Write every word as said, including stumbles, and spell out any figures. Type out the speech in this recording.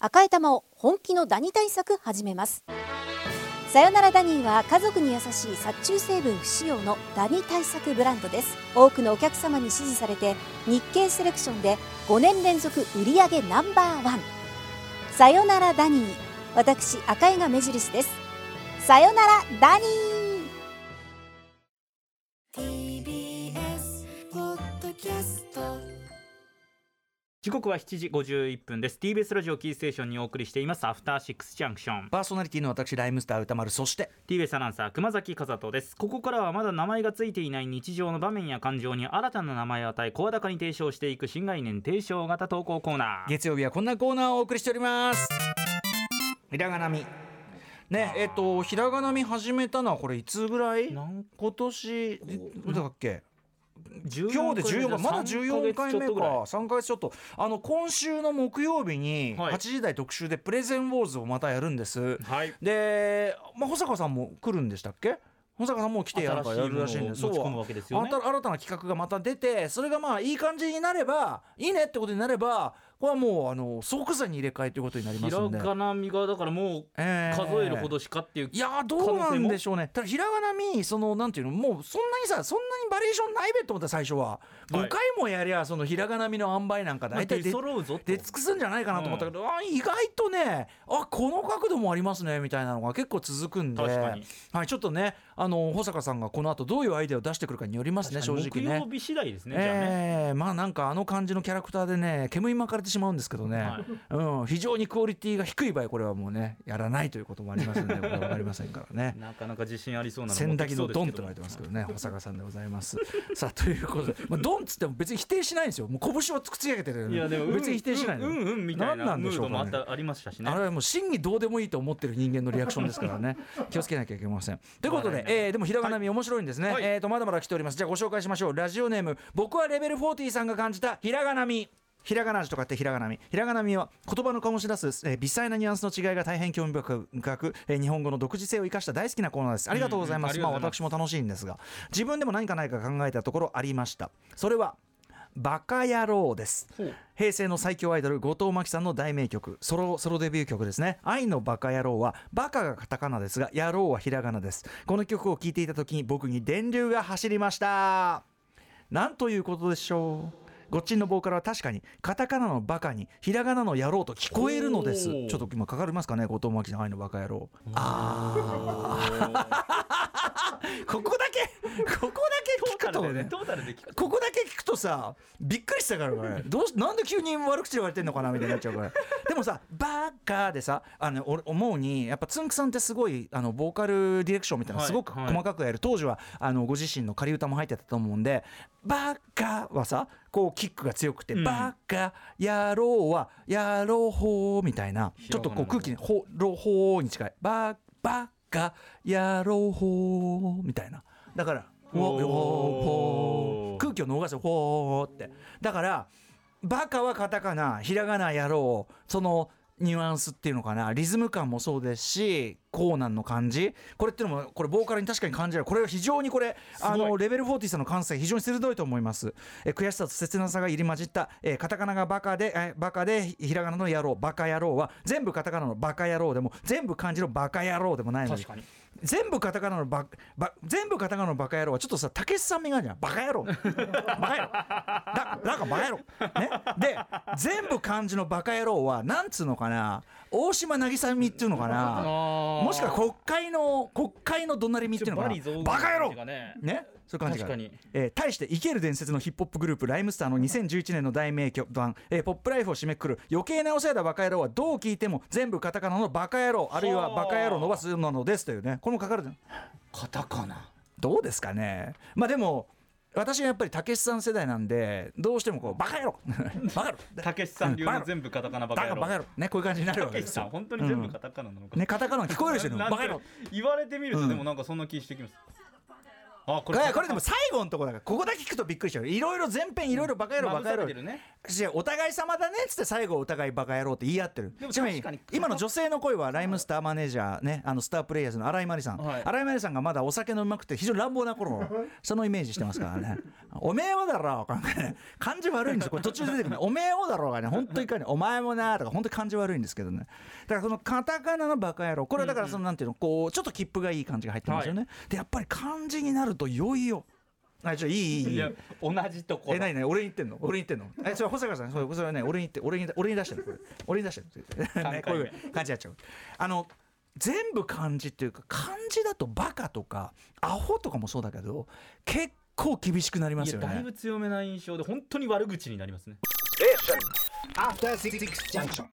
赤い玉を本気のダニ対策始めます。さよならダニーは家族に優しい殺虫成分不使用のダニ対策ブランドです。多くのお客様に支持されて日経セレクションでごねん連続売上ナンバーワン。さよならダニー、私赤井が目印です。さよならダニー。 時刻はしちじごじゅういっぷんです。 ティービーエス ラジオキーステーションにお送りしていますアフターシックスジャンクション。 パーソナリティの私ライムスター歌丸、そしてティービーエス アナウンサー熊崎和人です。ここからはまだ名前がついていない日常の場面や感情に新たな名前を与え声高に提唱していく新概念提唱型投稿コーナー。 月曜日はこんなコーナーをお送りしております。ひらがなみねえっとひらがなみ始めたのはこれいつぐらい？今年だっけ？今日でじゅうよんかい、まだじゅうよんかいめか、さんかげつちょっと。あの今週の木曜日にはちじ台特集でプレゼンウォーズをまたやるんです、はい、で、まあ、保坂さんも来るんでしたっけ？保坂さんも来てやるからやるらしいんで、 持ち込むわけですよね。 新たな企画がまた出て、それがまあいい感じになればいいねってことになれば、これはもうあの即座に入れ替えということになりますので、 ひらがなみがだからもう数えるほどしかっていう、 えー、いやどうなんでしょうね。ただひらがなみそのなんていうの、もうそんなにさそんなにバリエーションないべと思った最初は、はい、ごかいもやりゃそのひらがなみの塩梅なんか大体出尽くすんじゃないかなと思ったけど、うん、あ意外とねあこの角度もありますねみたいなのが結構続くんで、 確かに、 はい、ちょっとねあの保坂さんがこの後どういうアイデアを出してくるかによりますね。正直ね木曜日次第ですね。 えー、 じゃあねまあなんかあの感じのキャラクターでね煙に巻かれてしまうんですけどね、はいうん、非常にクオリティが低い場合これはもうねやらないということもありますのでこれは分かりませんからねなかなか自信ありそうなの千駄木のドンと言われてますけどね保坂さんでございますさあということで、まあ、ドンっつっても別に否定しないんですよ。もう拳を突き上げてる、ね、いやでも別に否定しないの、 うんうんうんみたいなムードもあった、ありましたしね。 あれはもう真にどうでもいいと思ってる人間のリアクションですからね気をつけなきゃいけませんということで、えー、でもひらがなみ面白いんですね、はい、えーとまだまだ来ております。じゃあご紹介しましょう。ラジオネーム僕はレベルよんじゅうさんが感じたひらがなみ。ひらがなじとかってひらがなみ。ひらがなみは言葉の醸し出す、えー、微細なニュアンスの違いが大変興味深く、えー、日本語の独自性を生かした大好きなコーナーです。ありがとうございます、うんうん、まあ私も楽しいんですが、自分でも何かないか考えたところありました。それはバカ野郎です。平成の最強アイドル後藤真希さんの大名曲、ソロソロデビュー曲ですね。愛のバカ野郎はバカがカタカナですが野郎はひらがなです。この曲を聴いていた時に僕に電流が走りました。なんということでしょう。ごっちんのボーカルは確かにカタカナのバカにひらがなの野郎と聞こえるのです。ちょっと今かかりますかね。後藤真希さん愛のバカ野郎。あここだけここだけ聞くとねここだけ聞くとさびっくりしたからねどうしなんで急に悪口言われてんのかなみたいになっちゃうからでもさバカでさあの俺思うにやっぱつんくさんってすごいあのボーカルディレクションみたいなすごく細かくやる、はいはい、当時はあのご自身の仮歌も入ってたと思うんで、バカはさこうキックが強くて、うん、バカ野郎は野郎ほーみたいなちょっとこう空気にほろほーに近いババカ野郎ほーみたいな。だからほーほー空気を逃すほーって。だからバカはカタカナひらがな野郎そのニュアンスっていうのかな、リズム感もそうですしコーナンの感じこれっていうのもこれボーカルに確かに感じられる。これは非常にこれあのレベルよんじゅうさんの感性非常に鋭いと思います。え悔しさと切なさが入り混じった、えー、カタカナがバカで、えー、バカでひらがなの野郎バカ野郎は全部カタカナのバカ野郎でも全部漢字のバカ野郎でもないのに全部カタカナのババ全部カタカナのバカ野郎はちょっとさたけしさん味があるじゃん。バカ野郎バカ野郎だなんかバカ野郎、ね、で全部漢字のバカ野郎はなんつうのかな大島渚味っていうのかなもしくは国会の国会の怒鳴り味っていうのかなバカ野郎ねそういう感じが、えー、対して生ける伝説のヒップホップグループライムスターのにせんじゅういちねんの大名曲版、えー、ポップライフを締めくくる余計なお世話だバカ野郎はどう聞いても全部カタカナのバカ野郎あるいはバカ野郎伸ばすなのですというね。これもかかるカタカナどうですかね。まあでも私はやっぱりたけしさん世代なんでどうしてもこうバカ野郎バカ野郎たけしさん流の全部カタカナバカ野郎バカ野郎ねこういう感じになるわけですよ。 たけしさん本当に全部カタカナなのか、 うん、ねカタカナ聞こえるでしょバカ野郎言われてみるとでもなんかそんな気してきます、 あこれこれでも最後のとこだからここだけ聞くとびっくりしちゃう。いろいろ前編いろいろバカ野郎バカ野郎、ね、お互い様だねっつって最後お互いバカ野郎って言い合ってる。ちなみに今の女性の声はライムスターマネージャーね、あのスタープレイヤーズの新井真理さん、はい、新井真理さんがまだお酒のうまくて非常に乱暴な頃そのイメージしてますからねおめえもだろ感じ悪いんですよこれ途中で出てくるおめえもだろうがね本当にかねお前もなとか本当に感じ悪いんですけどね。だからそのカタカナのバカ野郎これはだからそのなんていうのこうちょっと切符がいい感じが入ってますよね、はい、でやっぱり漢字になるといよいよあちょいいいいいいや同じところえ何何俺に言ってんの俺に言ってんのえそれ保坂さんそれそれはね俺に言って俺に俺に出してるこれ俺に出してるねこういう感じやっちゃう。あの全部漢字っていうか漢字だとバカとかアホとかもそうだけど結構厳しくなりますよね。 いやだいぶ強めな印象で本当に悪口になりますね。 アフターシックスジャンクション